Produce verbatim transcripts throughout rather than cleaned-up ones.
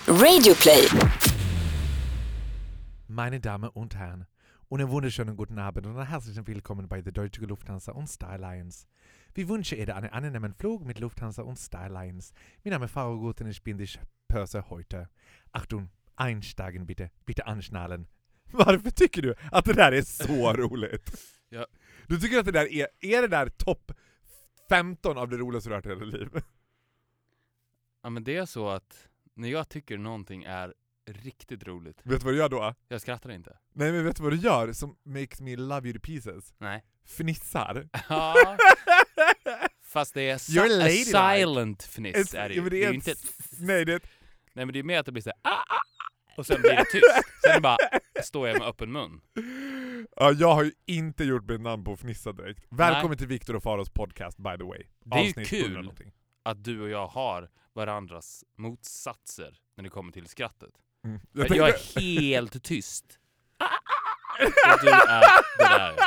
Radioplay. Meine Damen und Herren, und einen wunderschönen guten Abend und herzlichen Willkommen bei der Deutsche Lufthansa und Star Alliance. Wir wünschen Ihnen einen angenehmen Flug mit Lufthansa und Star Alliance. Mein Name ist Faro Gut und ich bin die Pörse heute. Achtung, einsteigen bitte, bitte anschnallen. Varför tycker du att det där är så roligt? Ja. Du tycker att det där är, är det där topp femton av det roligaste du har hört i hela livet? Ja, men det är så att när jag tycker någonting är riktigt roligt, Vet du vad du gör då? jag skrattar inte. Nej, men vet du vad du gör som makes me love you to pieces? Nej. Fnissar. Ja. Fast det är You're si- a ladylike. silent fniss It's- är det ja, ju. men Det är ju inte... Nej, det Nej, men det är mer att det blir så här, ah, ah, och sen blir det tyst. Sen bara står jag med öppen mun. Ja, jag har ju inte gjort mitt namn på att fnissa direkt. Välkommen Nej. till Viktor och Faros podcast, by the way. Det är ju Avsnitt kul. hundra någonting. Att du och jag har varandras motsatser när det kommer till skrattet. Mm. Jag, Jag jag tänkte... är helt tyst. Och du är det där.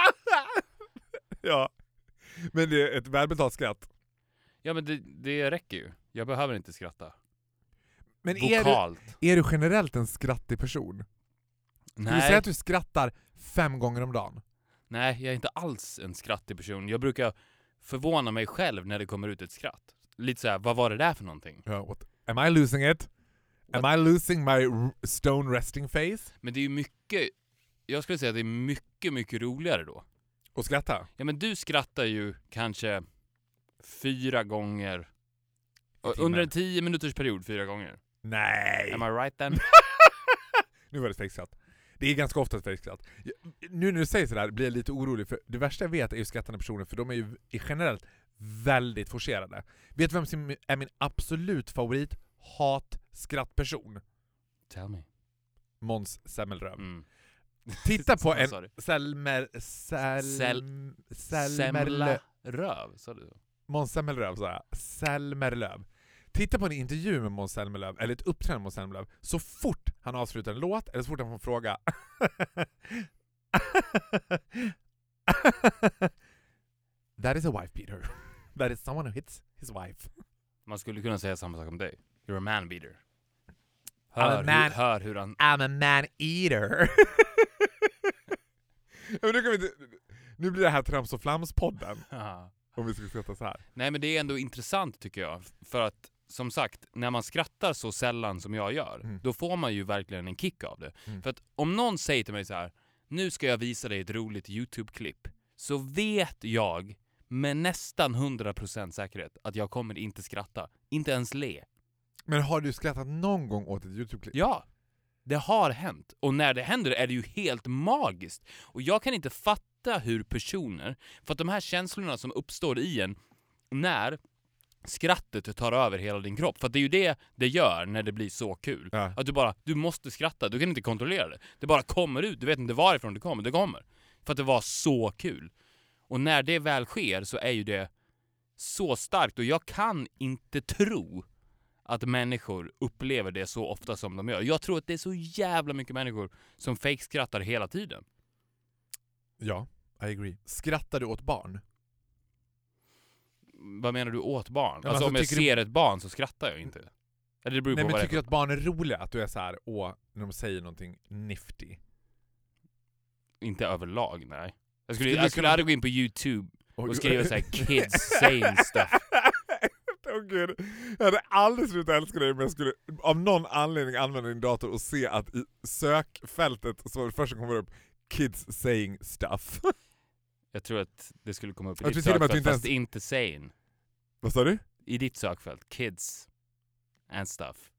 Ja, men det är ett välbetalt skratt. Ja, men det, det räcker ju. Jag behöver inte skratta. Men är Vokalt. du, är du generellt en skrattig person? Skulle du Nej. säga att du skrattar fem gånger om dagen? Nej, jag är inte alls en skrattig person. Jag brukar förvåna mig själv när det kommer ut ett skratt. Lite så här, vad var det där för någonting? Ja, what? Am I losing it? Am What? I losing my r- stone resting face? Men det är ju mycket, jag skulle säga att det är mycket, mycket roligare då. Och skratta? Ja, men du skrattar ju kanske fyra gånger under en tio minuters period, fyra gånger. Nej! Am I right then? Nu var det fejkskratt. Det är ganska ofta ett fejkskratt. Nu när du säger sådär blir jag lite orolig, för det värsta jag vet är ju skrattande personer, för de är ju är generellt väldigt forcerade. Vet du vem som är min absolut favorit hat-skrattperson? Tell me. Måns Zelmerlöw. Mm. Titta på en Sorry. Selmer... Sel... Sel- Selmerlöw. Semla röv, sa du? Måns Zelmerlöw, sa jag. Zelmerlöw. Titta på en intervju med Måns Zelmerlöw, eller ett uppträdande med Måns Zelmerlöw. Så fort han avslutar en låt, eller så fort han får en fråga. That is a wife beater. That is someone who hits his wife. Man skulle kunna säga samma sak om dig. You're a man beater. I'm a Hör, man- hur, hör hur han... I'm a man eater. Men nu, kan vi inte, nu blir det här Trams och Flams-podden. Om vi ska skratta så här. Nej, men det är ändå intressant tycker jag. För att, som sagt, när man skrattar så sällan som jag gör, Mm. då får man ju verkligen en kick av det. Mm. För att om någon säger till mig så här: nu ska jag visa dig ett roligt YouTube-klipp, så vet jag med nästan hundra procent säkerhet att jag kommer inte skratta. Inte ens le. Men har du skrattat någon gång åt ett YouTube-klipp? Ja, det har hänt. Och när det händer är det ju helt magiskt. Och jag kan inte fatta hur personer, för att de här känslorna som uppstår i en när skrattet tar över hela din kropp, för att det är ju det det gör när det blir så kul. Ja. Att du bara, du måste skratta, du kan inte kontrollera det. Det bara kommer ut, du vet inte varifrån det kommer, det kommer. För att det var så kul. Och när det väl sker så är ju det så starkt, och jag kan inte tro att människor upplever det så ofta som de gör. Jag tror att det är så jävla mycket människor som fake-skrattar hela tiden. Ja, I agree. Skrattar du åt barn? Vad menar du åt barn? Ja, alltså, alltså, om jag tycker ser ett barn så skrattar jag inte. Eller det beror Nej, på men vad det är tycker du för- att barn är roliga? Att du är så här, åh, när de säger någonting nifty? Inte överlag, nej. Jag skulle, Skulle jag du skulle kunna- aldrig gå in på YouTube Oj. och skriva så här kids saying stuff. Åh gud, jag hade aldrig slutat älska dig, men jag skulle av någon anledning använda din dator och se att i sökfältet så var det första som kommer upp kids saying stuff. Jag tror att det skulle komma upp i Jag ditt tror till och med att sökfält, du inte fast inte saying. Vad sa du? I ditt sökfält, kids and stuff.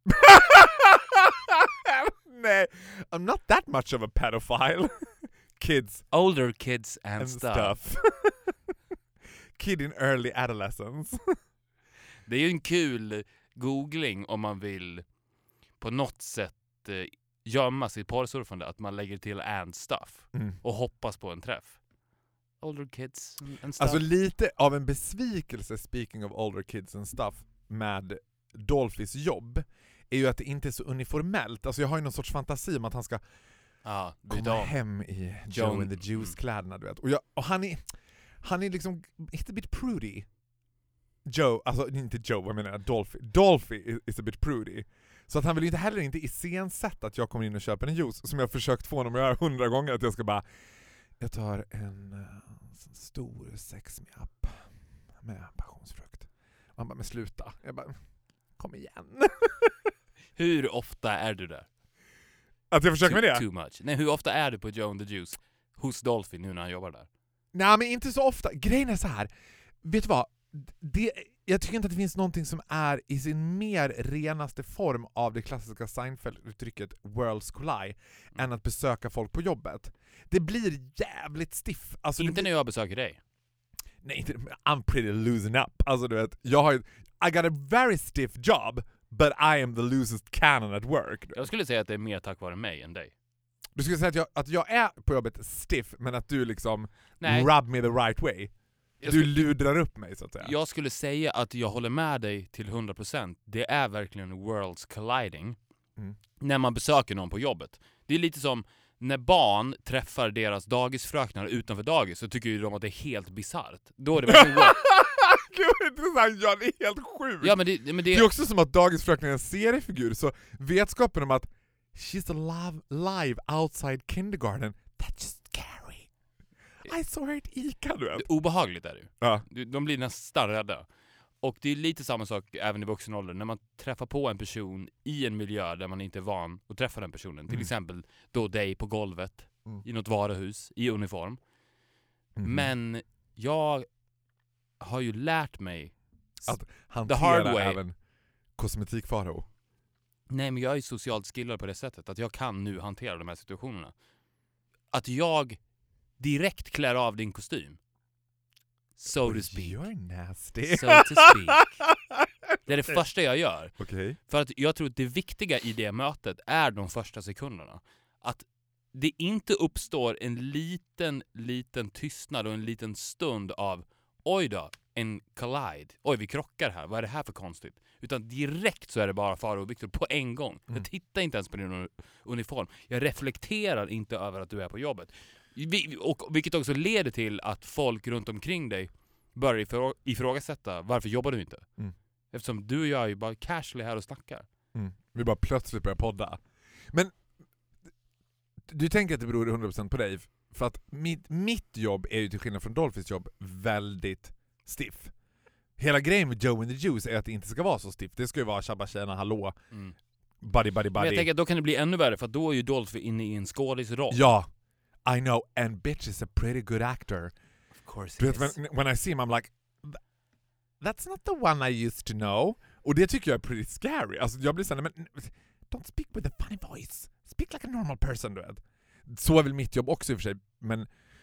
Nej, I'm not that much of a pedophile. Kids Older kids and, and stuff. stuff. Kid in early adolescence. Det är ju en kul googling om man vill på något sätt eh, gömma sitt porrsurfande, att man lägger till and stuff Mm. och hoppas på en träff. Older kids and stuff. Alltså lite av en besvikelse, speaking of older kids and stuff, med Dolphys jobb är ju att det inte är så uniformellt. Alltså jag har ju någon sorts fantasi om att han ska ja, komma hem i Joe Joan- and the Juice-kläderna, du vet. Och, jag, och han är han är liksom inte a bit prudy. Joe, alltså inte Joe, vad menar jag? Dolphy. Dolphy is, is a bit prudy. Så att han vill inte heller inte iscensätta att jag kommer in och köper en juice som jag har försökt få honom att göra hundra gånger, att jag ska bara jag tar en uh, stor sexmjapp med passionsfrukt. Och han bara, men sluta. Jag bara, kom igen. Hur ofta är du där? Att jag försöker med det? Too much. Nej, hur ofta är du på Joe and the Juice hos Dolphin nu när han jobbar där? Nej, men inte så ofta. Grejen är så här. Vet du vad? Det, jag tycker inte att det finns någonting som är i sin mer renaste form av det klassiska Seinfeld-uttrycket Worlds Collide mm. än att besöka folk på jobbet. Det blir jävligt stiff. Alltså, inte blir... när jag besöker dig. Nej, inte. I'm pretty losing up. Alltså du vet, jag har I got a very stiff job, but I am the loosest cannon at work. Jag skulle säga att det är mer tack vare mig än dig. Du skulle säga att jag, att jag är på jobbet stiff, men att du liksom Nej. rub me the right way. Jag du skulle, ludrar upp mig så att säga. Jag skulle säga att jag håller med dig till hundra procent. Det är verkligen worlds colliding mm. när man besöker någon på jobbet. Det är lite som när barn träffar deras dagisfröknar utanför dagis, så tycker ju de att det är helt bizarrt. Då är det verkligen Gud vad intressant, ja, det är helt sjukt. Ja, men det, men det... det är också som att dagisfröknar är en seriefigur, så vetskapen om att she's alive live outside kindergarten, that's just scary. I saw her at Ica, du vet. Det är obehagligt är det. Ja. De blir nästan rädda. Och det är lite samma sak även i vuxen ålder. När man träffar på en person i en miljö där man inte är van att träffa den personen. Mm. Till exempel då dig på golvet mm. i något varuhus i uniform. Mm. Men jag har ju lärt mig att hantera även kosmetikfaror. Nej, men jag är ju socialt skillad på det sättet att jag kan nu hantera de här situationerna. Att jag direkt klär av din kostym. So to speak. You're nasty. So to speak. Det är det första jag gör. Okay. För att jag tror att det viktiga i det mötet är de första sekunderna. Att det inte uppstår en liten, liten tystnad och en liten stund av oj då, en collide. Oj, vi krockar här. Vad är det här för konstigt? Utan direkt så är det bara Faro och Victor på en gång. Mm. Jag tittar inte ens på din uniform. Jag reflekterar inte över att du är på jobbet. Och vilket också leder till att folk runt omkring dig börjar ifrå- ifrågasätta varför jobbar du inte? Mm. Eftersom du och jag är ju bara casually här och snackar. Mm. Vi bara plötsligt börjar podda. Men du tänker att det beror hundra procent på dig. För att mitt, mitt jobb är ju till skillnad från Dolphins jobb väldigt stiff. Hela grejen med Joe and the Juice är att det inte ska vara så stiff. Det ska ju vara tjabba tjena, hallå. Mm. Buddy, buddy, buddy. Men jag tänker att då kan det bli ännu värre, för att då är ju Dolphin inne i en skådisroll. Ja, I know. And bitch is a pretty good actor. Of course he is. When, when I see him I'm like, that's not the one I used to know. Och det tycker jag är pretty scary. Alltså jag blir såhär, men don't speak with a funny voice. Speak like a normal person, du vet. Så är väl mitt jobb också i och för sig, men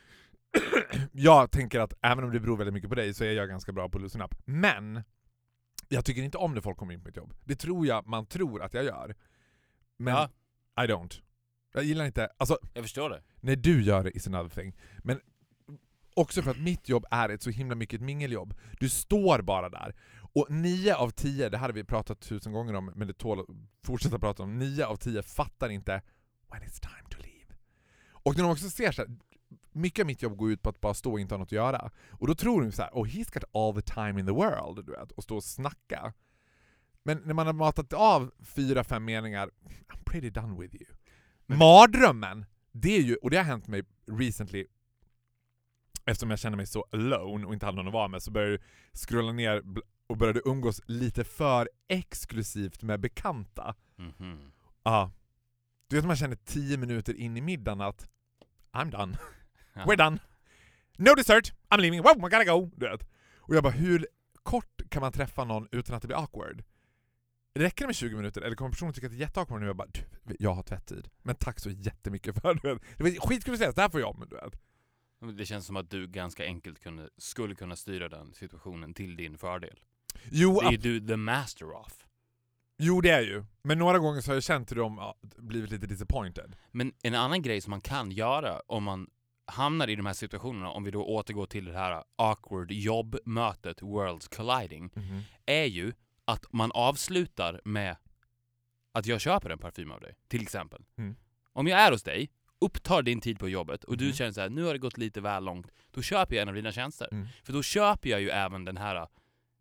jag tänker att även om det beror väldigt mycket på dig så är jag ganska bra på att loosen up. Men jag tycker inte om när folk kommer in på mitt jobb. Det tror jag man tror att jag gör. Men ja. I don't. Jag gillar inte, alltså jag förstår det. När du gör det is another thing. Men också för att mitt jobb är ett så himla mycket ett mingeljobb. Du står bara där. Och nio av tio, det hade vi pratat tusen gånger om, men det tål att fortsätta prata om. Nio av tio fattar inte when it's time to leave. Och när de också ser så här, mycket av mitt jobb går ut på att bara stå och inte ha något att göra. Och då tror de så här, oh he's got all the time in the world, du vet, och stå och snacka. Men när man har matat av fyra, fem meningar, I'm pretty done with you. Men mardrömmen, det är ju, och det har hänt mig recently, eftersom jag känner mig så alone och inte hade någon att vara med, så började jag scrolla ner och började umgås lite för exklusivt med bekanta. Mm-hmm. Ja. Du vet, man känner tio minuter in i middagen att I'm done. We're done. No dessert. I'm leaving. Wow, I gotta go. Du vet. Och jag bara, hur kort kan man träffa någon utan att det blir awkward? Räcker det med tjugo minuter? Eller kommer personen tycka att det är jätteawkward nu? Jag bara, du, jag har tvätttid. Men tack så jättemycket för det. Det var skitkul att säga, det här får jag, men du vet. Det känns som att du ganska enkelt kunde, skulle kunna styra den situationen till din fördel. Jo, det är du the master of. Jo, det är ju. Men några gånger så har jag känt hur de ja, blivit lite disappointed. Men en annan grej som man kan göra om man hamnar i de här situationerna, om vi då återgår till det här awkward jobbmötet, worlds colliding, mm-hmm. är ju att man avslutar med att jag köper en parfym av dig, till exempel. Mm. Om jag är hos dig, upptar din tid på jobbet och mm. du känner så här, nu har det gått lite väl långt, då köper jag en av dina tjänster. Mm. För då köper jag ju även den här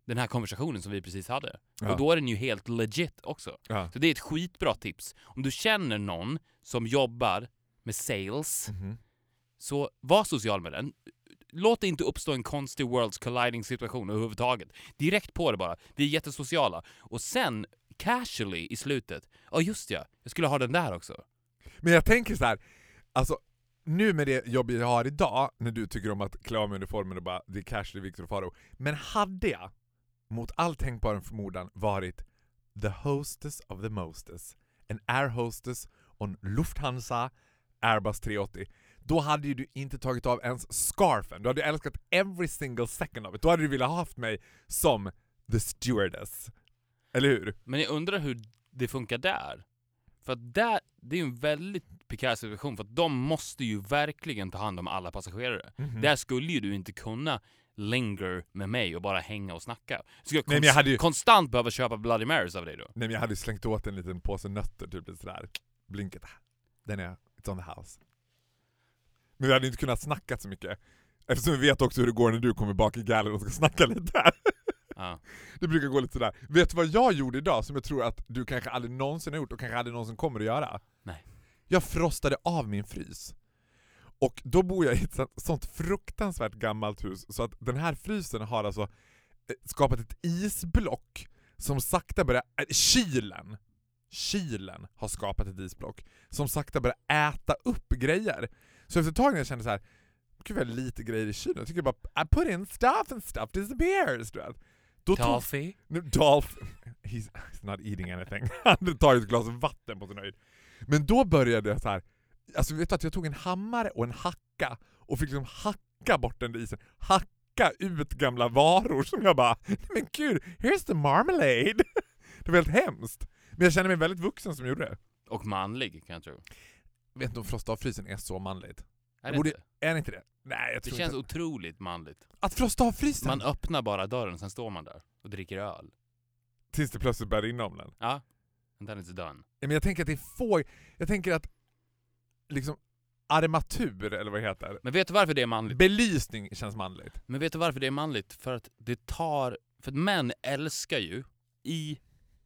den här konversationen som vi precis hade. Ja. Och då är den ju helt legit också. Ja. Så det är ett skitbra tips. Om du känner någon som jobbar med sales, Mm-hmm. så var social med den. Låt det inte uppstå en konstig worlds colliding situation överhuvudtaget. Direkt på det bara. Vi är jättesociala. Och sen, casually i slutet. Ja, just ja. Jag skulle ha den där också. Men jag tänker så här, alltså nu med det jobb jag har idag, när du tycker om att klä av mig uniformen och bara, det är casually Victor och Faro. Men hade jag, mot all tänkbar förmodan, varit the hostess of the mostess, en air hostess on Lufthansa Airbus tre åttio, då hade ju du inte tagit av ens scarfen. Du hade ju älskat every single second of it. Då hade du velat ha haft mig som the stewardess. Eller hur? Men jag undrar hur det funkar där. För att där, det är ju en väldigt prekär situation, för att de måste ju verkligen ta hand om alla passagerare. Mm-hmm. Där skulle ju du inte kunna linger med mig och bara hänga och snacka. Du skulle Nej, konst- jag hade ju... konstant behöva köpa Bloody Marys av dig då. Nej, men jag hade ju slängt åt en liten påse nötter, typ lite sådär. Blinket. Den är, it's on the house. Men vi hade inte kunnat snacka så mycket. Eftersom vi vet också hur det går när du kommer bak i gallen och ska snacka lite här. Ja. Det brukar gå lite sådär. Vet du vad jag gjorde idag som jag tror att du kanske aldrig någonsin har gjort och kanske aldrig någonsin kommer att göra? Nej. Jag frostade av min frys. Och då bor jag i ett sånt fruktansvärt gammalt hus så att den här frysen har alltså skapat ett isblock som sakta börjar... Äh, kylen! Kylen har skapat ett isblock som sakta börjar äta upp grejer. Så efter ett tag när jag kände så här, gud vad lite grejer i kylen. Jag tycker bara, I put in stuff and stuff disappears. Du vet. Då tog, Dolphy? nu, Dolph, he's, he's not eating anything. Han tar ett glas vatten på sin höjd. Men då började jag så här, alltså vet du att jag tog en hammare och en hacka och fick liksom hacka bort den där isen. Hacka ut gamla varor som jag bara, men gud, here's the marmalade. Det var helt hemskt. Men jag känner mig väldigt vuxen som gjorde det. Och manlig, kan jag tro. Jag vet inte om frosta av frysen är så manligt. Är det borde, inte? är det inte det? Nej, jag Det tror känns inte. otroligt manligt. Att frosta av frysen? Man öppnar bara dörren, sen står man där och dricker öl. Tills det plötsligt börjar rinna om den. Ja, and then it's done. Men jag tänker att det är få... Jag tänker att liksom armatur, eller vad det heter. Men vet du varför det är manligt? Belysning känns manligt. Men vet du varför det är manligt? För att det tar... För att män älskar ju i,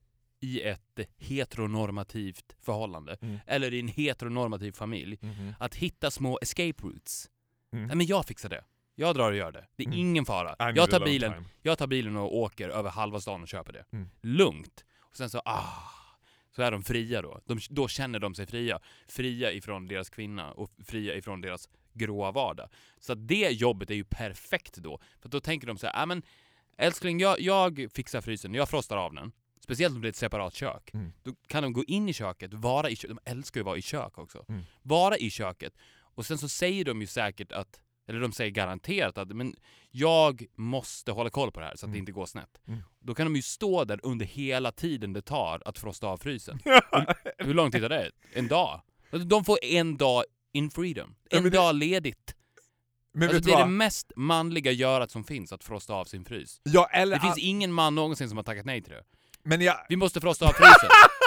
i ett heteronormativt förhållande, Mm. eller i en heteronormativ familj, Mm-hmm. att hitta små escape routes. Mm. Nej, men jag fixar det. Jag drar och gör det. Det är Mm. ingen fara. I need Jag a tar, long bilen, time. jag tar bilen och åker över halva stan och köper det. Mm. Lugnt. Och sen så, ah, så är de fria då. De, då känner de sig fria. Fria ifrån deras kvinna och fria ifrån deras gråa vardag. Så att det jobbet är ju perfekt då. För då tänker de så här, ah, men älskling, jag, jag fixar frysen. Jag frostar av den. Speciellt om det är ett separat kök. Mm. Då kan de gå in i köket, vara i köket. De älskar ju att vara i kök också. Mm. Vara i köket. Och sen så säger de ju säkert att, eller de säger garanterat att, men jag måste hålla koll på det här så att Mm. det inte går snett. Mm. Då kan de ju stå där under hela tiden det tar att frosta av frysen. hur, hur lång tid är det? En dag? De får en dag in freedom. Ja, En men det- dag ledigt. Men Alltså vet det du är vad? det mest manliga görat som finns, att frosta av sin frys. Ja, eller Det finns att- ingen man någonsin som har tackat nej till det. Men jag... Vi måste frosta av frysen.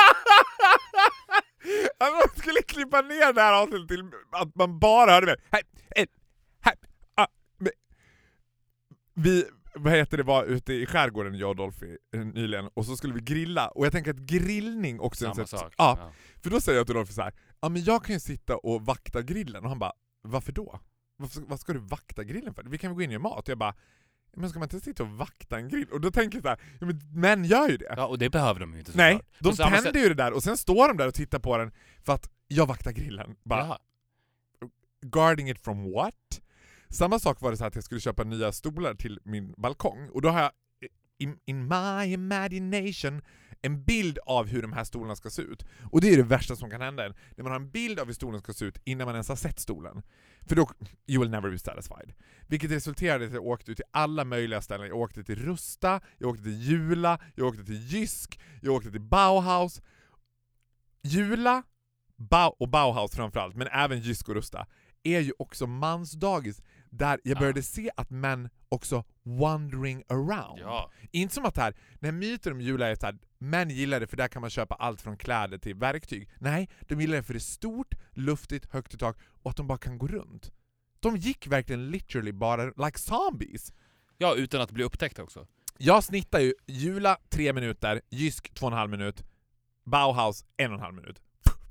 Man skulle klippa ner det här avsnittet till att man bara hörde med. Hej, hej, hej, ah, men- vi, vad heter det, var ute i skärgården, jag och Dolphy, nyligen, och så skulle vi grilla. Och jag tänker att grillning också är en Samma sätt- sak. Ja, Ja. för då säger jag till Dolphy så här: ja men jag kan ju sitta och vakta grillen. Och han bara, varför då? Varför, vad ska du vakta grillen för? Vi kan väl gå in och göra mat? Och jag bara, men ska man inte sitta och vakta en grill? Och då tänker jag så här, ja men män gör ju det. Ja, och det behöver de ju inte. Nej, såklart. de På samma tänder sätt- ju det där och sen står de där och tittar på den för att jag vaktar grillen. Bara, Jaha. guarding it from what? Samma sak var det så att jag skulle köpa nya stolar till min balkong. Och då har jag in, in my imagination en bild av hur de här stolarna ska se ut. Och det är det värsta som kan hända en. När man har en bild av hur stolen ska se ut innan man ens har sett stolen. För då, you will never be satisfied. Vilket resulterade i att jag åkte ut till alla möjliga ställen. Jag åkte till Rusta, jag åkte till Jula, jag åkte till Jysk, jag åkte till Bauhaus. Jula Bau och Bauhaus framförallt, men även Jysk och Rusta, är ju också mansdagis där jag började Ja. se att män också wandering around. Ja. Inte som att här, när myten om Jula är så här, män gillar det för där kan man köpa allt från kläder till verktyg. Nej, de gillar det för det är stort, luftigt, högt i tak och att de bara kan gå runt. De gick verkligen literally bara like zombies. Ja, utan att bli upptäckt också. Jag snittar ju Jula tre minuter, Jysk två och en halv minut, Bauhaus en och en halv minut.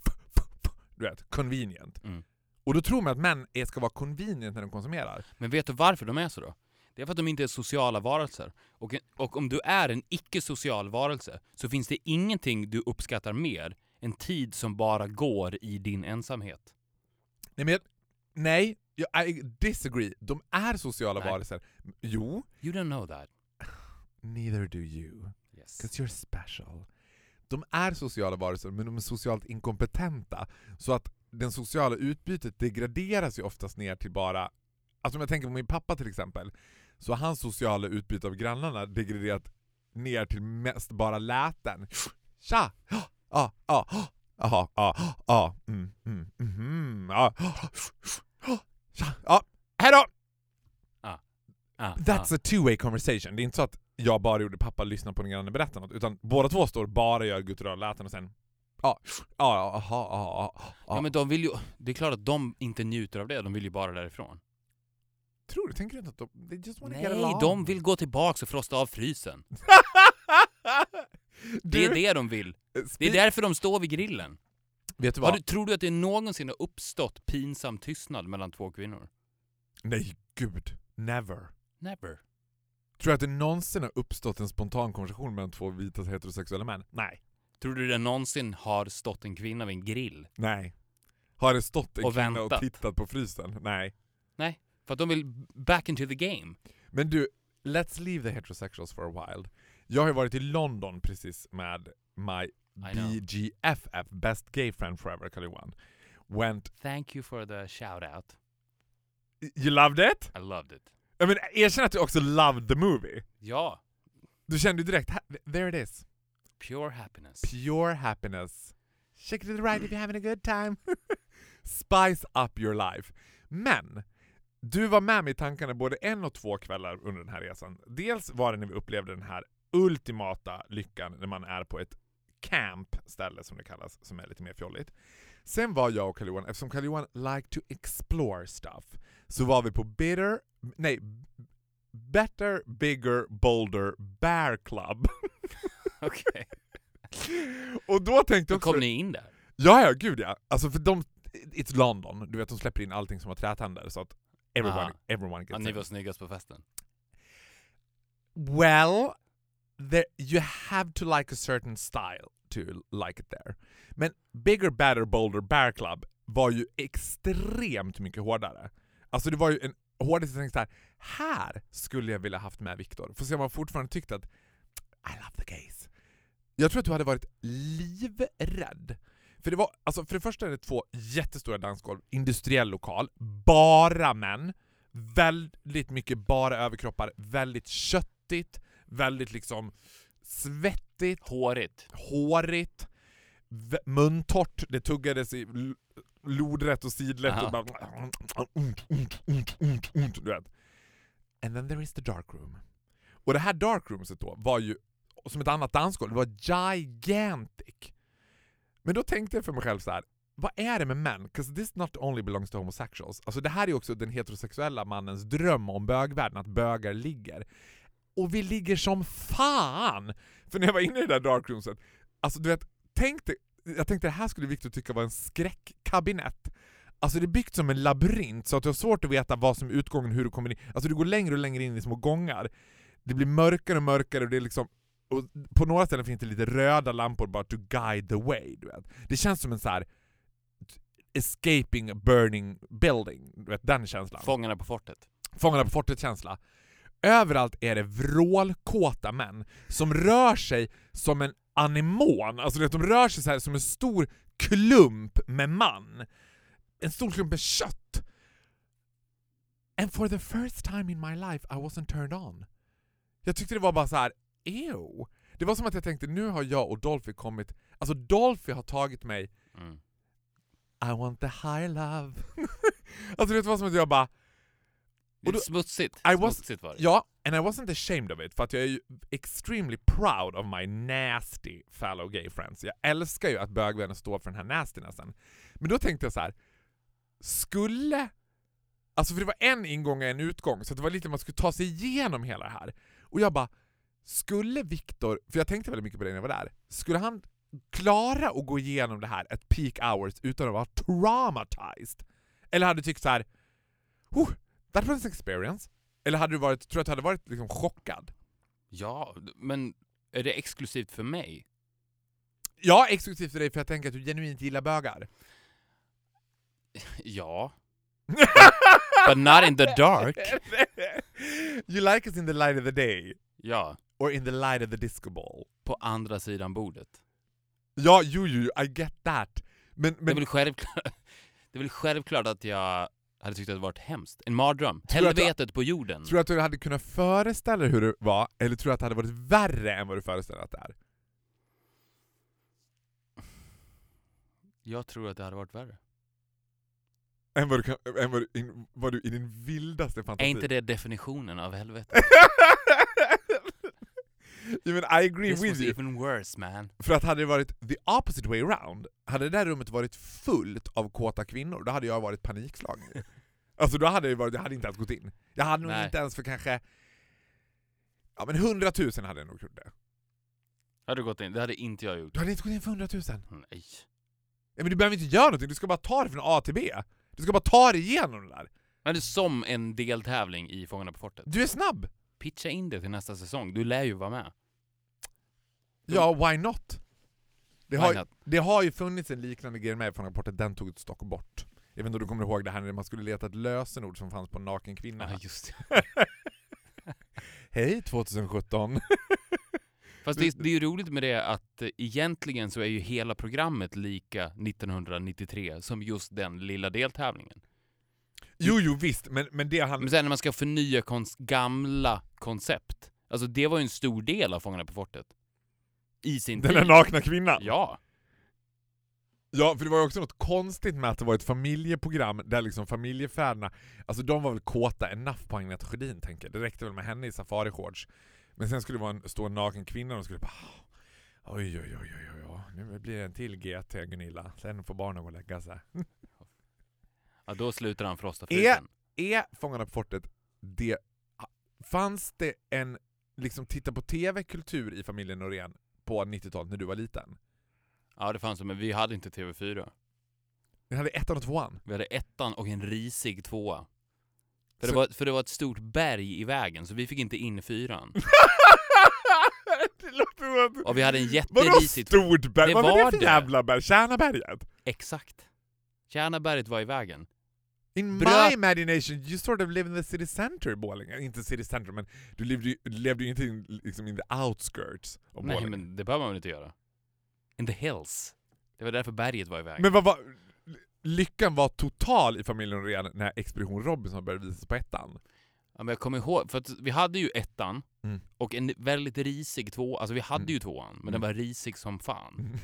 Du vet, convenient. Mm. Och då tror man att män är, ska vara convenient när de konsumerar. Men vet du varför de är så då? Det är för att de inte är sociala varelser. Och, och om du är en icke-social varelse så finns det ingenting du uppskattar mer än tid som bara går i din ensamhet. Nej, men nej, I disagree. De är sociala Nej. varelser. Jo. You don't know that. Neither do you. Yes. Because you're special. De är sociala varelser, men de är socialt inkompetenta. Så att den sociala utbytet degraderas ju oftast ner till bara... Alltså om jag tänker på min pappa till exempel, så hans sociala utbyte av grannarna degraderat ner till mest bara läten. Tja! Ja, ja, ja, ja, ja, mm, mm, mm, ja, tja, ja, hejdå! Ah, ah, That's ah. a two-way conversation. Det är inte så att jag bara gjorde pappa lyssna på den granne berätta något, utan båda två står bara gör gutturalläten och sen ja, ja, ja, ja, ja. Ja, men de vill ju... Det är klart att de inte njuter av det. De vill ju bara därifrån. Tror du? Tänker du inte att de... They just wanna Nej, get along? de vill gå tillbaka och frosta av frysen. Det är Du, det de vill. Det är spe- därför de står vid grillen. Vet du Har vad? du, tror du att det någonsin har uppstått pinsam tystnad mellan två kvinnor? Nej, gud. Never. Never. Tror du att det någonsin har uppstått en spontan konversation mellan två vita heterosexuella män? Nej. Tror du det någonsin har stått en kvinna vid en grill? Nej. Har det stått en Och kvinna väntat. och tittat på frysen? Nej. Nej, för att de vill back into the game. Men du, let's leave the heterosexuals for a while. Jag har ju varit i London precis med my I know. B G F F, Best Gay Friend Forever, Kaliwan. Went... Thank you for the shout out. You loved it? I loved it. I mean, erkänn att du också loved the movie. Ja, Du kände ju direkt, ha- there it is. pure happiness. Pure happiness. Shake it to the right if you're having a good time. Spice up your life. Men du var med mig i tankarna både en och två kvällar under den här resan. Dels var det när vi upplevde den här ultimata lyckan när man är på ett camp-ställe som det kallas, som är lite mer fjolligt. Sen var jag och Kaliwan, eftersom Kaliwan like to explore stuff, så var vi på bitter, nej, Better, Bigger, Bolder Bear Club. Okej. Och då tänkte Då jag också... kom ni in där. Ja, ja, gud ja. Alltså för de... It's London. Du vet, de släpper in allting som har trätänder så att everyone, Aha. everyone Ja, gets ni in. var snyggast på festen. Well, there, you have to like a certain style to like it there. Men Bigger, Better, Bolder Bear Club var ju extremt mycket hårdare. Alltså det var ju en hårdare som tänkte så här, här skulle jag vilja haft med Viktor. För så jag man fortfarande tyckte att I love the gays. Jag tror att du hade varit livrädd. För det var, alltså för det första är det två jättestora dansgolv, industriell lokal, bara män, väldigt mycket bara överkroppar, väldigt köttigt, väldigt liksom svettigt, Hårigt. hårigt, v- muntorrt, det tuggades i l- lodrätt och sidlätt Aha. och bara ont, ont, ont, ont, ont, du vet. And then there is the dark room. Och det här dark roomset då var ju som ett annat dansgolv, det var gigantic. Men då tänkte jag för mig själv så här: vad är det med män? Because this not only belongs to homosexuals. Alltså det här är också den heterosexuella mannens dröm om bögvärlden, att bögar ligger. Och vi ligger som fan! För när jag var inne i det där darkroomset, alltså du vet, tänkte, jag tänkte det här skulle Victor tycka var en skräckkabinett. Alltså det är byggt som en labyrint så att du har svårt att veta vad som är utgången, hur du kommer in. Alltså du går längre och längre in i små gångar. Det blir mörkare och mörkare och det är liksom, och på några ställen finns det lite röda lampor bara to guide the way, du vet. Det känns som en så här escaping a burning building, du vet, den känslan. Fångarna på fortet. Fångarna på fortet-känsla. Överallt är det vrålkåta män som rör sig som en anemon. Alltså du vet, de rör sig så här som en stor klump med man. En stor klump med kött. And for the first time in my life I wasn't turned on. Jag tyckte det var bara så här, ew. Det var som att jag tänkte, nu har jag och Dolphy kommit, alltså Dolphy har tagit mig, Mm. I want the high love. Alltså det var som att jag bara, Lite då- smutsigt. I was- Smutsigt var det. ja, and I wasn't ashamed of it, för att jag är ju extremely proud of my nasty fellow gay friends. Jag älskar ju att bögvänner står för den här nastinessen. Men då tänkte jag så här, skulle, alltså för det var en ingång och en utgång, så det var lite man skulle ta sig igenom hela det här. Och jag bara, skulle Viktor, för jag tänkte väldigt mycket på det när jag var där, skulle han klara att gå igenom det här ett peak hours utan att vara traumatized? Eller hade du tyckt så här, oh, that was an experience? Eller hade du varit, tror du att du hade varit liksom chockad? Ja, men är det exklusivt för mig? Ja, exklusivt för dig, för jag tänker att du genuint gillar bögar. Ja. But not in the dark. You like us in the light of the day. Ja. Or in the light of the disco ball. På andra sidan bordet. Ja, jo, jo, I get that. Men, men... Det är väl självklart, det är väl självklart att jag hade tyckt att det varit hemskt. En mardröm. Tror Helvetet du, på jorden. Tror du att du hade kunnat föreställa dig hur det var? Eller tror du att det hade varit värre än vad du föreställer att det är? Jag tror att det hade varit värre. Än vad du, kan, än vad du, in, vad du i din vildaste fantasi. Är inte det definitionen av helvetet? I mean, I agree This with was you. even worse, man. För att hade det varit the opposite way around, hade det där rummet varit fullt av kåta kvinnor, då hade jag varit panikslagen. Alltså då hade det varit, jag hade inte ens gått in. Jag hade nog Nej. inte ens för kanske, ja men hundratusen hade jag nog gjort det. Hade du gått in? Det hade inte jag gjort. Du hade inte gått in för hundratusen. Nej. Ja, men du behöver inte göra någonting, du ska bara ta det från A till B. Du ska bara ta det igenom det där. Men det är som en deltävling i Fångarna på fortet. Du är snabb. Pitcha in det till nästa säsong. Du lär ju vara med. Ja, why not? Det Why har, not? det har ju funnits en liknande grej med från rapporten, den tog ett stock bort. Jag vet inte om du kommer ihåg det här när man skulle leta ett lösenord som fanns på en naken kvinna. Ja, just det. Hej tjugosjutton. Fast det är, det är ju roligt med det att eh, egentligen så är ju hela programmet lika nittonhundranittiotre som just den lilla deltävlingen. Jo, jo, visst, men, men det han... Men sen när man ska förnya konst, gamla koncept, alltså det var ju en stor del av Fångarna på fortet. I sin Den tid. där nakna kvinnan. Ja. Ja, för det var ju också något konstigt med att det var ett familjeprogram där liksom familjefäderna, alltså de var väl kåta enough på Agneta Sjödin, tänker jag. Det räckte väl med henne i safari-shorts. Men sen skulle det vara en, stå en naken kvinna och de skulle bara, oj, oj, oj, oj, oj, oj, nu blir det en till G T, Gunilla. Sen får barnen gå och lägga sig. Ja, då slutar han frosta Är, frysen. är Fångarna på fortet, det, fanns det en liksom titta på tv-kultur i familjen Norén på nittiotalet när du var liten? Ja, det fanns det, men vi hade inte T V fyra. Vi hade ettan och tvåan. Vi hade ettan och en risig tvåa. För, Så- det var, för det var ett stort berg i vägen, så vi fick inte in fyran. Det låter som... Och vi hade en Vadå jätterisig tvåa. stort berg? Det Vad var var det för det. jävla berg? Tjärnaberget? Exakt. Tjärnaberget var i vägen. In Bröt- my imagination, you sort of live in the city center, Borlänge. Inte city center, men du levde ju, levde ju inte in, liksom in the outskirts av Nej, Borlänge. men det behöver man väl inte göra. In the hills. Det var därför berget var i vägen. Men vad var... Lyckan var total i familjen Norén när Expedition Robinson började visas på ettan. Ja, men jag kommer ihåg, för att vi hade ju ettan Mm. och en väldigt risig två. Alltså vi hade Mm. ju tvåan, men Mm. den var risig som fan. Mm.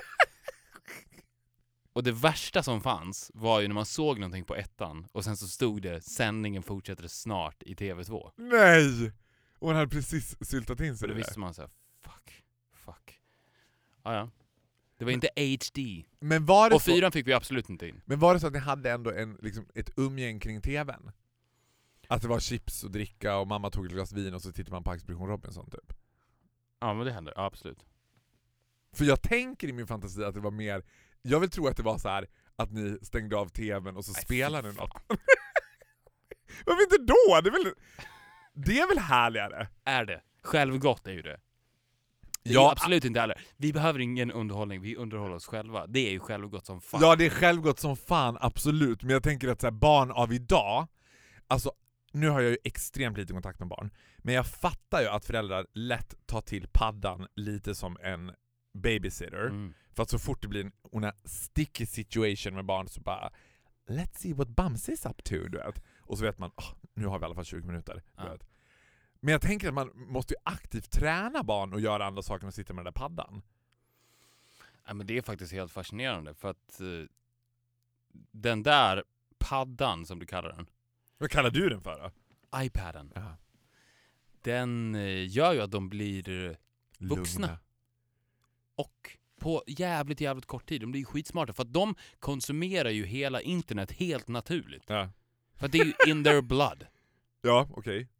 Och det värsta som fanns var ju när man såg någonting på ettan och sen så stod det sändningen fortsätter snart i T V två. Nej! Och man hade precis syltat in Så sig då det visste där. man så här, fuck, fuck. Ja, ja. Det var inte H D. Men var det Och så, fyran fick vi absolut inte in. men var det så att ni hade ändå en, liksom, ett umgäng kring tvn? Att det var chips och dricka och mamma tog ett glas vin och så tittade man på Expedition Robinson typ? Ja, men det hände. Ja, absolut. För jag tänker i min fantasi att det var mer, jag vill tro att det var så här att ni stängde av tvn och så Nej, spelade fy ni något. Varför inte då? Det är väl, det är väl härligare? Är det? Självgott är ju det. Det är Ja, ju absolut inte heller. Vi behöver ingen underhållning, vi underhåller oss själva. Det är ju självgott som fan. Ja, det är självgott som fan, absolut. Men jag tänker att så här, barn av idag, alltså nu har jag ju extremt lite kontakt med barn, men jag fattar ju att föräldrar lätt tar till paddan lite som en babysitter. Mm. För att så fort det blir en una sticky situation med barn så bara let's see what Bamse is up to, du vet. Och så vet man, oh, nu har vi i alla fall tjugo minuter. Du Ja. vet. Men jag tänker att man måste ju aktivt träna barn och göra andra saker än att sitta med den där paddan. Ja, men det är faktiskt helt fascinerande för att eh, den där paddan som du kallar den, Vad kallar du den för då? iPaden, Ja. den eh, gör ju att de blir eh, vuxna. Lugna. och på jävligt jävligt kort tid. De blir ju skitsmarta för att de konsumerar ju hela internet helt naturligt. Ja, För att det är ju in their blood. ja okej.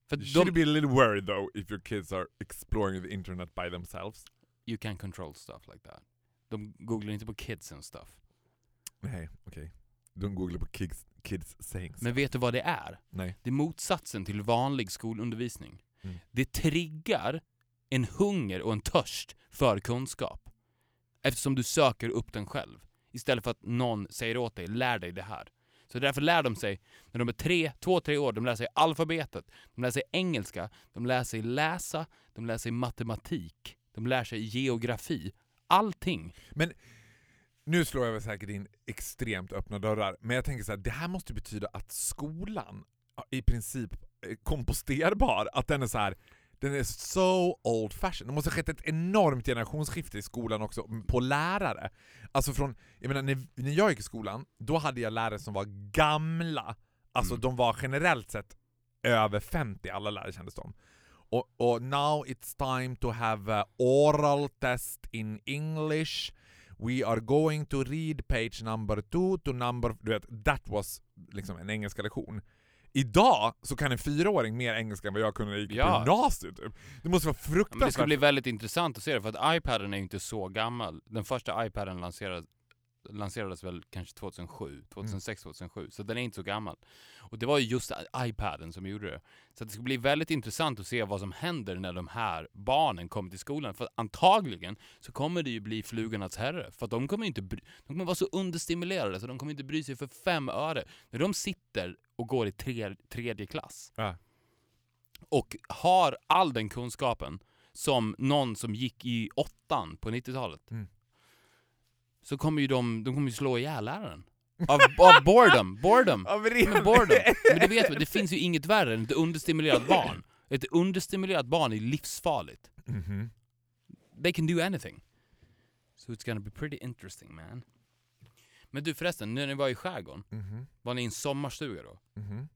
För You should de, be a little worried though if your kids are exploring the internet by themselves. you can control stuff like that. De googlar inte på kids and stuff. Nej, okej. Okay. De googlar på kids, kids saying. Men vet du vad det är? Nej. Det är motsatsen till vanlig skolundervisning. Mm. Det triggar en hunger och en törst för kunskap. Eftersom du söker upp den själv. Istället för att någon säger åt dig, lär dig det här. Så därför lär de sig, när de är tre, två, tre år, de lär sig alfabetet, de lär sig engelska, de lär sig läsa, de lär sig matematik, de lär sig geografi. Allting. Men nu slår jag väl säkert in extremt öppna dörrar. Men jag tänker så här, det här måste betyda att skolan i princip är komposterbar. Att den är så här, den är so old fashioned. Det måste ha skett ett enormt generationsskifte i skolan också på lärare. Alltså från, jag menar, när, när jag gick i skolan, då hade jag lärare som var gamla. Alltså Mm. de var generellt sett över femtio, alla lärare kändes de. Och, och now it's time to have a oral test in English. We are going to read page number two to number... Du vet, that was liksom en engelska lektion. Idag så kan en fyraåring mer engelska än vad jag kunde när jag gick Ja. på gymnasiet. Typ. Det måste vara Ja, men det fruktansvärt. ska bli väldigt intressant att se det, för att iPaden är ju inte så gammal. Den första iPaden lanserades, lanserades väl kanske tjugohundrasju, tjugohundrasex, tjugohundrasju, så den är inte så gammal. Och det var ju just iPaden som gjorde det. Så det ska bli väldigt intressant att se vad som händer när de här barnen kommer till skolan. För antagligen så kommer det ju bli flugornas herre. För att de kommer inte bry- de kommer vara så understimulerade så de kommer inte bry sig för fem öre. När de sitter och går i tre, tredje klass Ja. och har all den kunskapen som någon som gick i åttan på nittiotalet, Mm. så kommer ju de, de kommer ju slå ihjäl läraren. Av, av boredom. Boredom. Ja, men Men boredom. Men det vet vi, det finns ju inget värre än ett understimulerat barn. Ett understimulerat barn är livsfarligt. Mhm. They can do anything. So it's gonna be pretty interesting, man. Men du förresten, när ni var i skärgården, Mhm. var ni i en sommarstuga då? Mhm.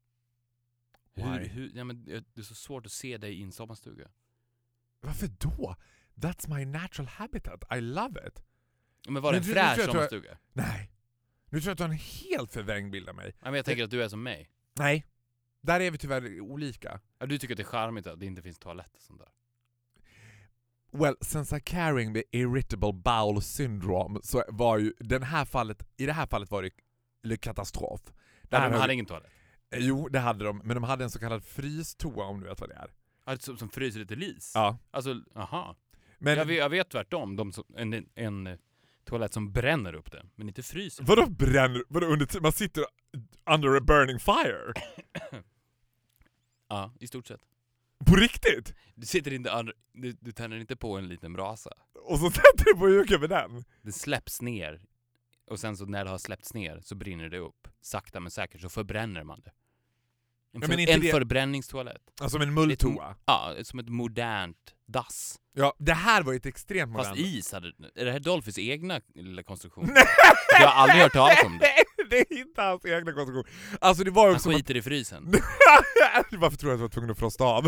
Hur, Why? hur, ja, men det är så svårt att se dig i en sommarstuga. Varför då? That's my natural habitat. I love it. Men var det en Men du- du tror fräsch jag tror jag- sommarstuga? Nej. Nu tror jag att du har en helt förvängd bild av mig. Ja, men jag tänker att du är som mig. Nej. Där är vi tyvärr olika. Ja, du tycker att det är charmigt att det inte finns toalett och sånt där. Well, since I'm carrying the irritable bowel syndrome så var ju den här fallet, i det här fallet var det eller katastrof. Ja, Där de höll- hade ingen toalett. Jo, det hade de, men de hade en så kallad frystoa om du vet vad det är. Ja, som, som fryser lite lis. Ja. Alltså, aha. Men Jag vet, jag vet tvärtom. De som, en, en eh, toalett som bränner upp det, men inte fryser. vadå bränner? Vadå under tiden? Man sitter under a burning fire? Ja, i stort sett. På riktigt? Du sitter inte under, du, du tänder inte på en liten brasa. Och så sätter du på huk över den? Det släpps ner. Och sen så när det har släppts ner så brinner det upp. Sakta men säkert så förbränner man det. En, Ja, för, men inte en det- förbränningstoalett. Alltså som en mulltoa? Ja, som ett modernt dass. Ja, det här var ju ett extremt modernt. Fast is hade... Är det här Dolphys egna lilla konstruktion? Jag har aldrig hört talas om det. Det är inte hans egna konstruktion. Alltså det var ju Han också... som skiter i frysen. att... Varför tror jag att jag var tvungen att frosta av?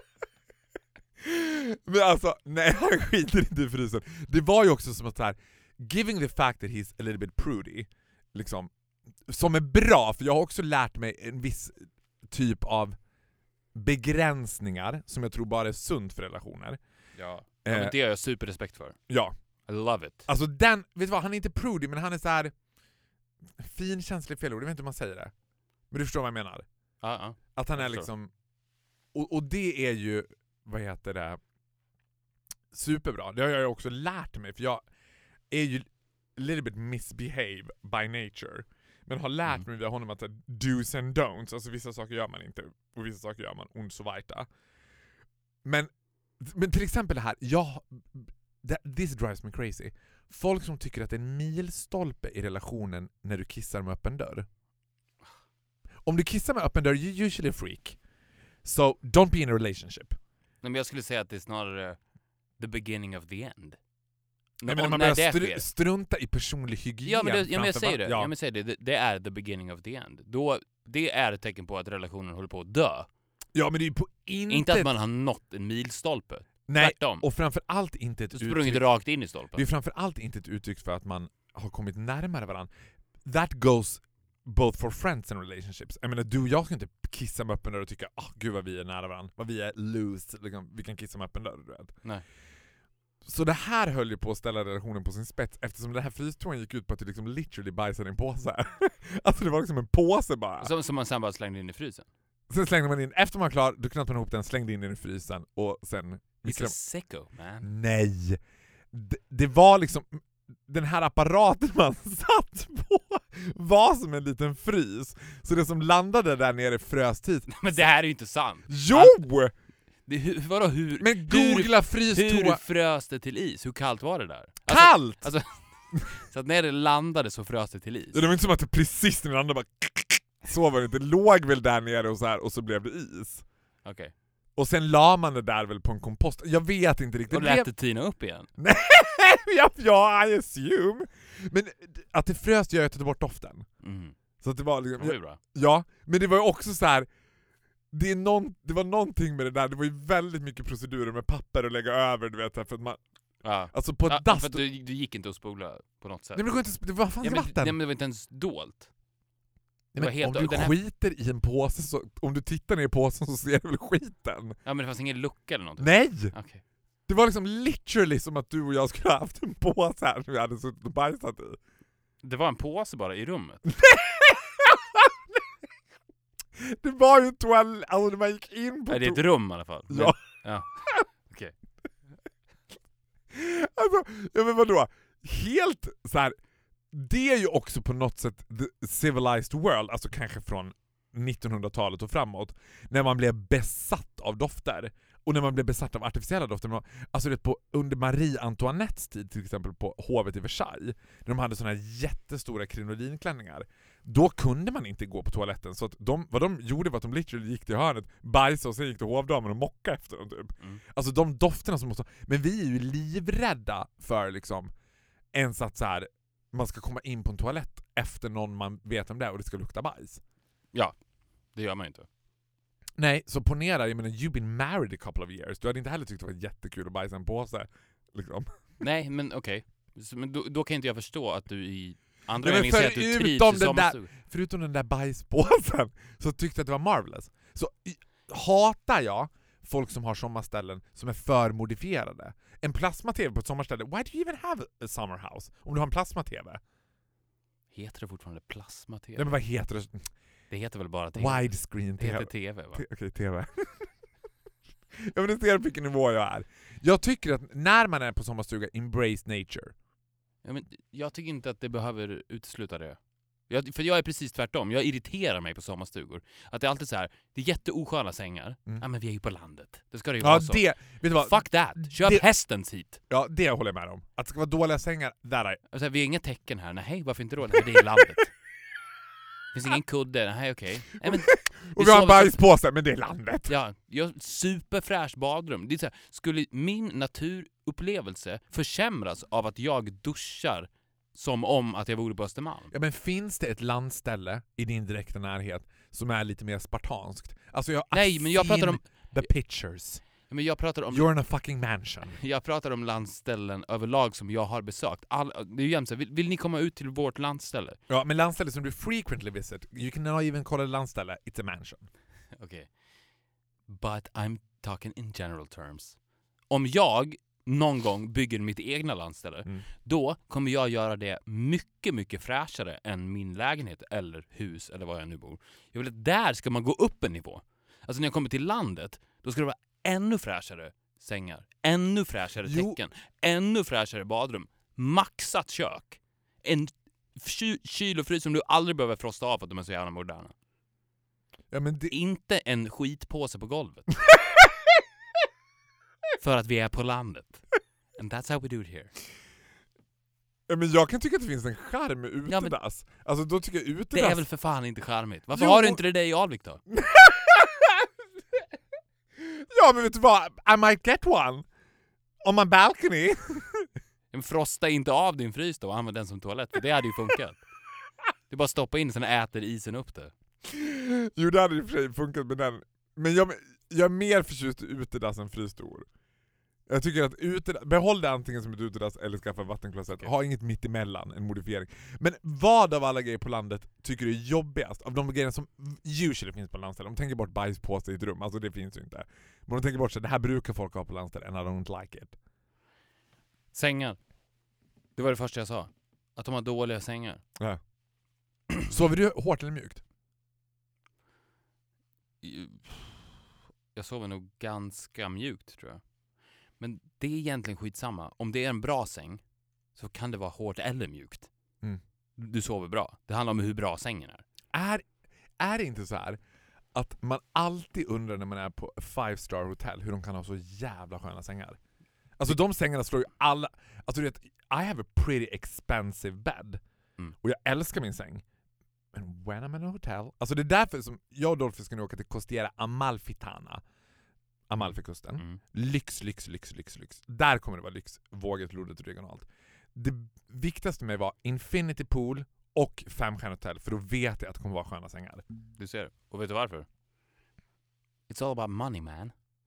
Men alltså, nej, han skiter inte i frysen. Det var ju också som att så här, giving the fact that he's a little bit prudy, liksom, som är bra, för jag har också lärt mig en viss typ av begränsningar som jag tror bara är sunt för relationer. Ja, ja men det har jag superrespekt för. Ja. I love it. Alltså den, vet du vad, han är inte prudy, men han är så här finkänslig, fel ord, jag vet inte hur man säger det. Men du förstår vad jag menar. Ja, ja. Att han Jag är förstår. liksom... Och, och det är ju, vad heter det, superbra. Det har jag ju också lärt mig, för jag är ju a little bit misbehave by nature. Men har lärt Mm. mig via honom att det är do's and don'ts. Alltså vissa saker gör man inte, och vissa saker gör man und so weiter. Men, men till exempel det här, jag, that, this drives me crazy. Folk som tycker att det är en milstolpe i relationen när du kissar med öppen dörr. Om du kissar med öppen dörr, you're usually a freak. So don't be in a relationship. Nej, men jag skulle säga att det är snarare the beginning of the end. Nej, men Om- man när börjar det stru- sker. strunta i personlig hygien. Ja, men, det, ja, men jag framför säger va- det. Ja. Ja. men säger det. det. Det är the beginning of the end. Då, det är ett tecken på att relationen håller på att dö. ja, men det är ju på intet... Inte att man har nått en milstolpe. Nej, Tvärtom. och framför allt inte ett Du har sprungit uttryck... rakt in i stolpen. Det är framför allt inte ett uttryck för att man har kommit närmare varandra. That goes both for friends and relationships. Jag menar, du och jag ska inte kissa med öppen dörr och tycka, åh oh, gud vad vi är nära varandra, vad vi är loose, liksom, vi kan kissa med öppen dörr, du vet. Nej. Så det här höll ju på att ställa relationen på sin spets, eftersom den här frystoan gick ut på att du liksom literally bajsade i en påse. Alltså det var liksom en påse bara. Som, som man sen bara slängde in i frysen. Sen slängde man in, efter man var klar, då knöt man ihop den, slängde in den i frysen och sen... It's a sicko, man. Nej! Det, det var liksom... Den här apparaten man satt på var som en liten frys. Så det som landade där nere frös tid. Men det här är ju inte sant. Jo! Det, hur, vadå, hur, Men googla hur, frystoa. hur frös det till is? Hur kallt var det där? Kallt! Alltså, alltså, så att när det landade så frös det till is. Ja, det var inte som att det precis när det landade bara... Så var det inte. Det låg väl där nere och så här, och så blev det is. Okej. Okay. Och sen la man det där väl på en kompost. Jag vet inte riktigt. Och lät det tina upp igen? Nej, ja, ja, I assume. Men att det frös gör att ta bort doften. Mm. Så att det var liksom... Det var bra. Ja, men det var ju också så här. Det, är någon, det var någonting med det där. Det var ju väldigt mycket procedurer med papper att lägga över, du vet, för att man... Ja. Alltså på ett ja, dass... För du, du gick inte att spola på något sätt. Nej, men det, inte, det var fanns ja, men, vatten. Nej, men det var inte ens dolt. Det Nej, var helt, om du här... skiter i en påse så... Om du tittar ner i påsen så ser du väl skiten? Ja, men det fanns ingen lucka eller någonting. Nej! Okay. Det var liksom literally som att du och jag skulle ha haft en påse här som vi hade suttit och bajsat i. Det var en påse bara i rummet. Det var ju en toalett, alltså när man gick in på... Nej, det är ett rum i alla fall. Men... Ja. Ja. Okej. Okay. Alltså, ja men vadå? Helt så här. Det är ju också på något sätt the civilized world, alltså kanske från nittonhundratalet och framåt, när man blev besatt av dofter. Och när man blev besatt av artificiella dofter. Alltså det på, under Marie Antoinettes tid till exempel på hovet i Versailles, när de hade såna här jättestora krinolinklänningar, då kunde man inte gå på toaletten. Så att de, vad de gjorde var att de literally gick till hörnet, bajsade och sen gick till hovdamen och mocka efter dem typ. Mm. Alltså de dofterna som måste... Men vi är ju livrädda för liksom ens att så här, man ska komma in på en toalett efter någon man vet om det är och det ska lukta bajs. Ja, det gör man inte. Nej, så ponera, jag menar, you've been married a couple of years. Du hade inte heller tyckt det var jättekul att bajsa en påse, liksom. Nej, men okej. Okay. Men då, då kan inte jag förstå att du i andra Nej, meningen säger att du trivs i sommarstugan. Förutom den där bajspåsen så tyckte jag att det var marvelous. Så i, hatar jag folk som har sommarställen som är för modifierade. En plasma-tv på ett sommarställe, why do you even have a summer house? Om du har en plasma-tv. Heter det fortfarande plasma-tv? Nej, men vad heter det? Det heter väl bara tv? Widescreen tv. Det heter tv, va? Okej, okay, tv. Jag vill se vilken nivå jag är. Jag tycker att när man är på sommarstuga, embrace nature. Ja, men jag tycker inte att det behöver utesluta det. Jag, för jag är precis tvärtom. Jag irriterar mig på sommarstugor. Att det är alltid så här, det är jätteosköna sängar. Mm. Ja, men vi är ju på landet. Det ska det ju ja, vara så. Det, vet du vad? Fuck that. Köp det, hästens hit. Ja, det håller jag med om. Att det ska vara dåliga sängar, där är alltså, vi har inga tecken här. Nej, varför inte då? Nej, det är landet. Det finns ingen kudde. Nej, okej. Okay. Nej, och vi, vi har en bajspåse, men det är landet. Ja, jag superfräsch badrum. Det är så här, skulle min naturupplevelse försämras av att jag duschar som om att jag vore på Östermalm? Ja, men finns det ett landställe i din direkta närhet som är lite mer spartanskt? Alltså jag Nej, men jag pratar om the pictures. Men jag pratar om You're in a fucking mansion. Jag pratar om landställen överlag som jag har besökt. All, det är ju jämt så, vill, vill ni komma ut till vårt landställe? Ja, men landställe som du frequently visit, you can not even call it landställe, it's a mansion. Okej. Okay. But I'm talking in general terms. Om jag någon gång bygger mitt egna landställe, mm. då kommer jag göra det mycket, mycket fräschare än min lägenhet eller hus eller var jag nu bor. Jag vill att där ska man gå upp en nivå. Alltså när jag kommer till landet, då ska det vara ännu fräschare sängar, ännu fräschare täcken, ännu fräschare badrum, maxat kök, en ky- kyl och frys som du aldrig behöver frosta av för att de är så jävla moderna. Ja, men det... Inte en skitpåse på golvet. För att vi är på landet. And that's how we do it here. Ja, men jag kan tycka att det finns en charm med utedass. Ja, men... Alltså då tycker jag utedass... Det är väl för fan inte charmigt. Varför jo. har du inte det där i Alvik då? Ja, men vet du vad? I might get one. On my balcony. Men frosta inte av din frys då och använd den som toalett. För det hade ju funkat. Du bara stoppa in sen och äter isen upp det. Jo, det hade ju för sig funkat med den. Men jag, jag är mer förtjust i utedass än frystor. Jag tycker att ute, behåll det antingen som ett utedass eller skaffa en vattenklosett. Okay. Ha inget mitt emellan, en modifiering. Men vad av alla grejer på landet tycker du är jobbigast? Av de grejerna som usually finns på landställen. De tänker bort bajspåse i ett rum, alltså det finns ju inte. Men de tänker bort så det här brukar folk ha på landställen and I don't like it. Sängar. Det var det första jag sa. Att de har dåliga sängar. Ja. Sover du hårt eller mjukt? Jag sover nog ganska mjukt, tror jag. Men det är egentligen skitsamma. Om det är en bra säng så kan det vara hårt eller mjukt. Mm. Du sover bra. Det handlar om hur bra sängen är. Är, är det inte så här att man alltid undrar när man är på five star hotel hur de kan ha så jävla sköna sängar? Alltså de sängarna slår ju alla... Alltså du vet, I have a pretty expensive bed. Mm. Och jag älskar min säng. Men when I'm in a hotel... Alltså det är därför som jag och Dolphy ska nu åka till Costiera Amalfitana. Amalfikusten. Mm. Lyx, lyx, lyx, lyx, lyx. Där kommer det vara lyx. Våget, lodet och regionalt. Det viktigaste med var Infinity Pool och femstjärnigt hotell. För då vet jag att det kommer vara sköna sängar. Du ser. Och vet du varför? It's all about money, man.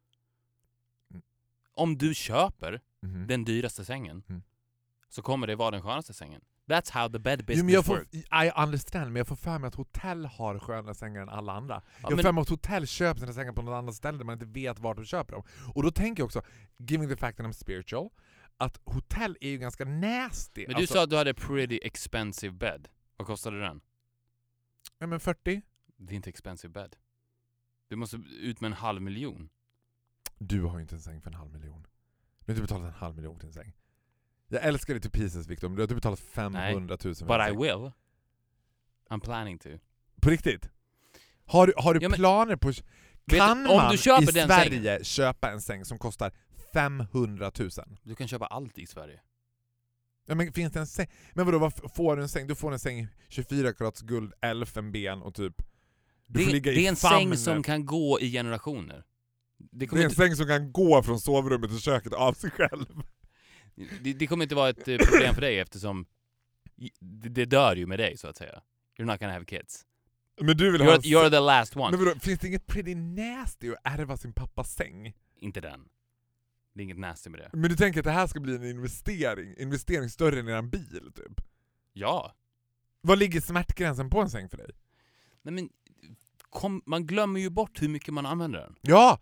Mm. Om du köper Mm-hmm. den dyraste sängen Mm. så kommer det vara den skönaste sängen. That's how the bed business Jo, men jag får, works. I understand, men jag får för mig att hotell har skönare sängar än alla andra. Ja, jag får men- för mig att hotell köper sina sängar på något annat ställe där man inte vet vart de köper dem. Och då tänker jag också, giving the fact that I'm spiritual, att hotell är ju ganska nasty. Men du alltså, sa att du hade pretty expensive bed. Vad kostade den? ja, men fyrtio? Det är inte expensive bed. Du måste ut med en halv miljon. Du har ju inte en säng för en halv miljon. Du har inte betalat en halv miljon till en säng. Jag älskar dig till pieces, Victor, men du har inte betalat femhundratusen för But en I säng. will. I'm planning to. På riktigt? Har du, har du Ja, men- planer på... Kan du, om man du köper i den Sverige sängen- köpa en säng som kostar femhundratusen? Du kan köpa allt i Sverige. Ja, men finns det en säng? Men vadå, vad f- får du en säng? Du får en säng i tjugofyra karats guld, elfenben och typ... Du Det, får ligga det är i en famnen. säng som kan gå i generationer. Det Det kommer, är en inte, säng som kan gå från sovrummet till köket av sig själv. det, det kommer inte vara ett eh, problem för dig eftersom i- det, det dör ju med dig, så att säga. You're not gonna have kids. Men du vill ha en You're, säng... you're the last one. Men vadå, finns det inget pretty nasty att ärva sin pappas säng? Inte den. Det är inget nasty med det. Men du tänker att det här ska bli en investering? Investering större än en bil, typ? Ja. Vad ligger smärtgränsen på en säng för dig? Nej, men kom, man glömmer ju bort hur mycket man använder den. Ja!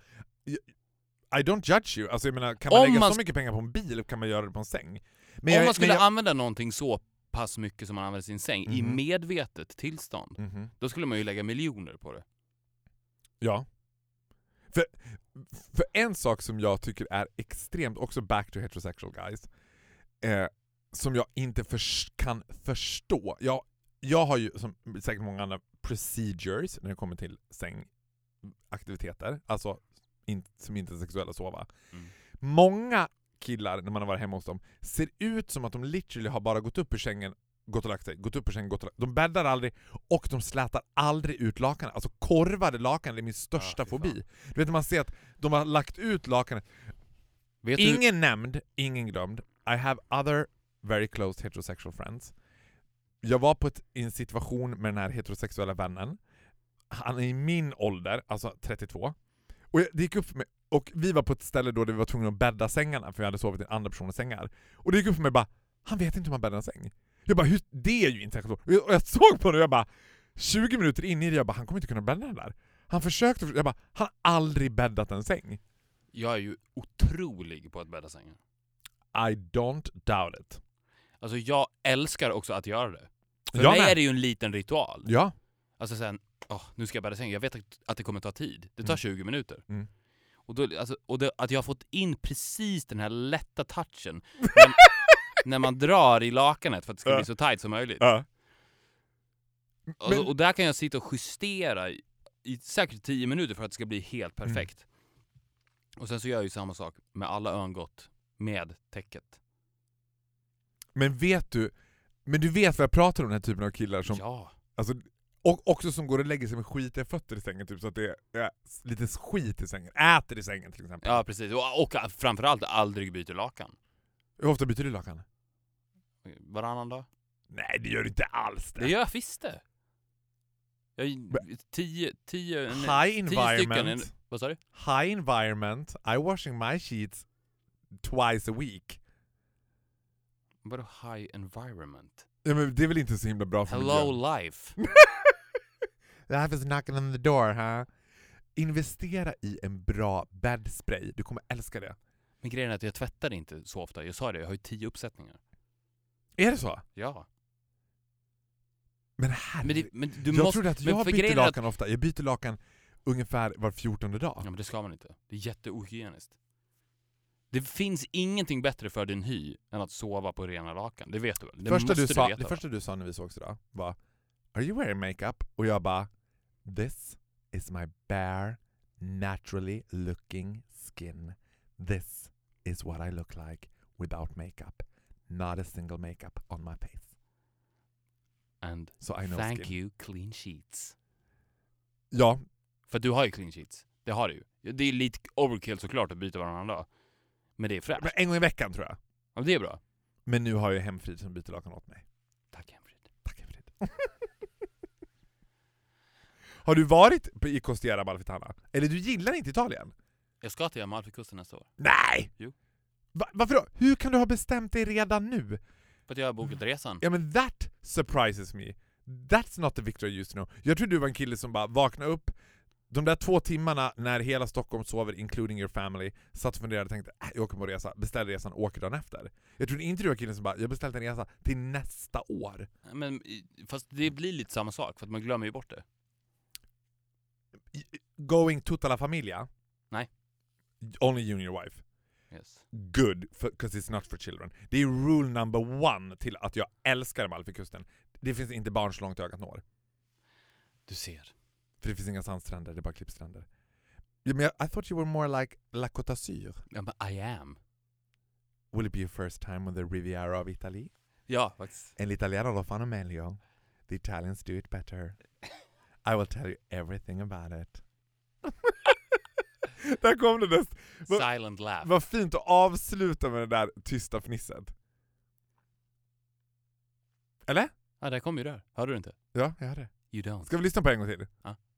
I don't judge you. Alltså jag menar, kan man Om lägga man så mycket pengar på en bil kan man göra det på en säng. Men Om jag- man skulle men jag- använda någonting så pass mycket som man använder sin säng i Mhm. medvetet tillstånd, Mhm. då skulle man ju lägga miljoner på det. Ja. För, för en sak som jag tycker är extremt, också back to heterosexual guys, eh, som jag inte förs- kan förstå. Jag, jag har ju, som säkert många andra, procedures när det kommer till sängaktiviteter, alltså in, som inte är sexuella, sova. Mm. Många killar, när man har varit hemma hos dem, ser ut som att de literally har bara gått upp ur sängen, gått och lagt sig, gått upp ur sängen, gått och lagt. De bäddar aldrig och de slätar aldrig ut lakan. Alltså korvade lakan är min största Ja, fy fobi. fan. Du vet, man ser att de har lagt ut lakanet. Vet du, Ingen nämnd, ingen glömd. I have other very close heterosexual friends. Jag var på ett, i en situation med den här heterosexuella vännen. Han är i min ålder, alltså trettiotvå. Och jag, det gick upp för mig, och vi var på ett ställe då vi var tvungna att bädda sängarna, för vi hade sovit i andra personers sängar. Och det gick upp för mig bara, han vet inte hur man bäddar en säng. Jag bara, hur, det är ju inte så. Och jag, och jag såg på det och jag bara, tjugo minuter in i det, jag bara, han kommer inte kunna bädda den där. Han försökte, jag bara, han har aldrig bäddat en säng. jag är ju otrolig på att bädda sängen. I don't doubt it. Alltså jag älskar också att göra det. För Jag mig med. är det ju en liten ritual. Ja. Alltså sen, åh, nu ska jag bädda sängen. Jag vet att, att det kommer ta tid. Det tar Mm. tjugo minuter. Mm. Och, då, alltså, och det, att jag har fått in precis den här lätta touchen när, när man drar i lakanet för att det ska Ja. bli så tight som möjligt. Ja. Och, Men- och där kan jag sitta och justera i, i säkert tio minuter för att det ska bli helt perfekt. Och sen så gör jag ju samma sak med alla örngott med täcket. Men vet du, men du vet vad jag pratar om, den här typen av killar som, Ja. alltså, och också som går och lägger sig med skitiga fötter i sängen, typ, så att det är lite skit i sängen. Äter i sängen till exempel. Ja, precis. Och, och framförallt aldrig byter lakan. Hur ofta byter du lakan? Varannan dag. Nej, det gör du inte alls det. Det gör jag visst det. Jag, tio, tio, High tio stycken. environment. Vad sa du? High environment. I washing my sheets twice a week. Vadå high environment? Ja, men det är väl inte så himla bra för Hello miljön. life. Life is knocking on the door, huh? Investera i en bra bäddspray. Du kommer älska det. Men grejen är att jag tvättar inte så ofta. Jag sa det, jag har ju tio uppsättningar. Är det så? Ja. Men här. Men, det, men du jag måste... trodde att men jag för byter grejen är lakan ofta. Jag byter lakan ungefär var fjortonde dag. Ja, men det ska man inte. Det är jätteohygieniskt. Det finns ingenting bättre för din hy än att sova på rena lakan. Det vet du väl? Det första måste du du sa, veta, det va? första du sa när vi sågs idag var Are you wearing makeup? Och jag bara This is my bare, naturally looking skin. This is what I look like without makeup. Not a single makeup on my face. And So I know thank skin. you clean sheets. Ja, För du har ju clean sheets. Det har du ju. Det är lite overkill såklart att byta varannan dag. Men det är fräscht. men en gång i veckan tror jag. Ja, det är bra. Men nu har jag Hemfrid som byter lakan åt mig. Tack Hemfrid. Tack Hemfrid. Har du varit på, i Costiera Amalfitana? Eller du gillar inte Italien? Jag ska till Amalfikusten nästa år. Nej! Jo. Va, varför då? Hur kan du ha bestämt dig redan nu? För att jag har bokat resan. Ja men that surprises me. That's not the Victor I used to know. Jag tror du var en kille som bara vaknade upp de där två timmarna när hela Stockholm sover, including your family, satt och funderade och tänkte äh, jag åker på resa, beställ resan, åker dagen efter. Jag tror inte du var killen som bara jag beställt en resa till nästa år. Men, fast det blir lite samma sak, för att man glömmer ju bort det. Going tutta la familia? Nej. Only you and your wife. Yes. Good, because it's not for children. Det är rule number one till att jag älskar Amalfikusten. Det finns inte barn så långt ögat når. Du ser. För det finns inga sandstränder, det är bara klippstränder. Ja, men I thought you were more like La Côte d'Azur. Ja, men I am. Will it be your first time on the Riviera of Italy? Ja, faktiskt. En l'italiano lo fanno meglio. The Italians do it better. I will tell you everything about it. Där kom det näst. Silent laugh. Vad fint att avsluta med det där tysta fnisset. Eller? Ja, där kom ju där. Hörde du inte? Ja, jag hörde. You don't. Ska vi lyssna på en gång till? Ja.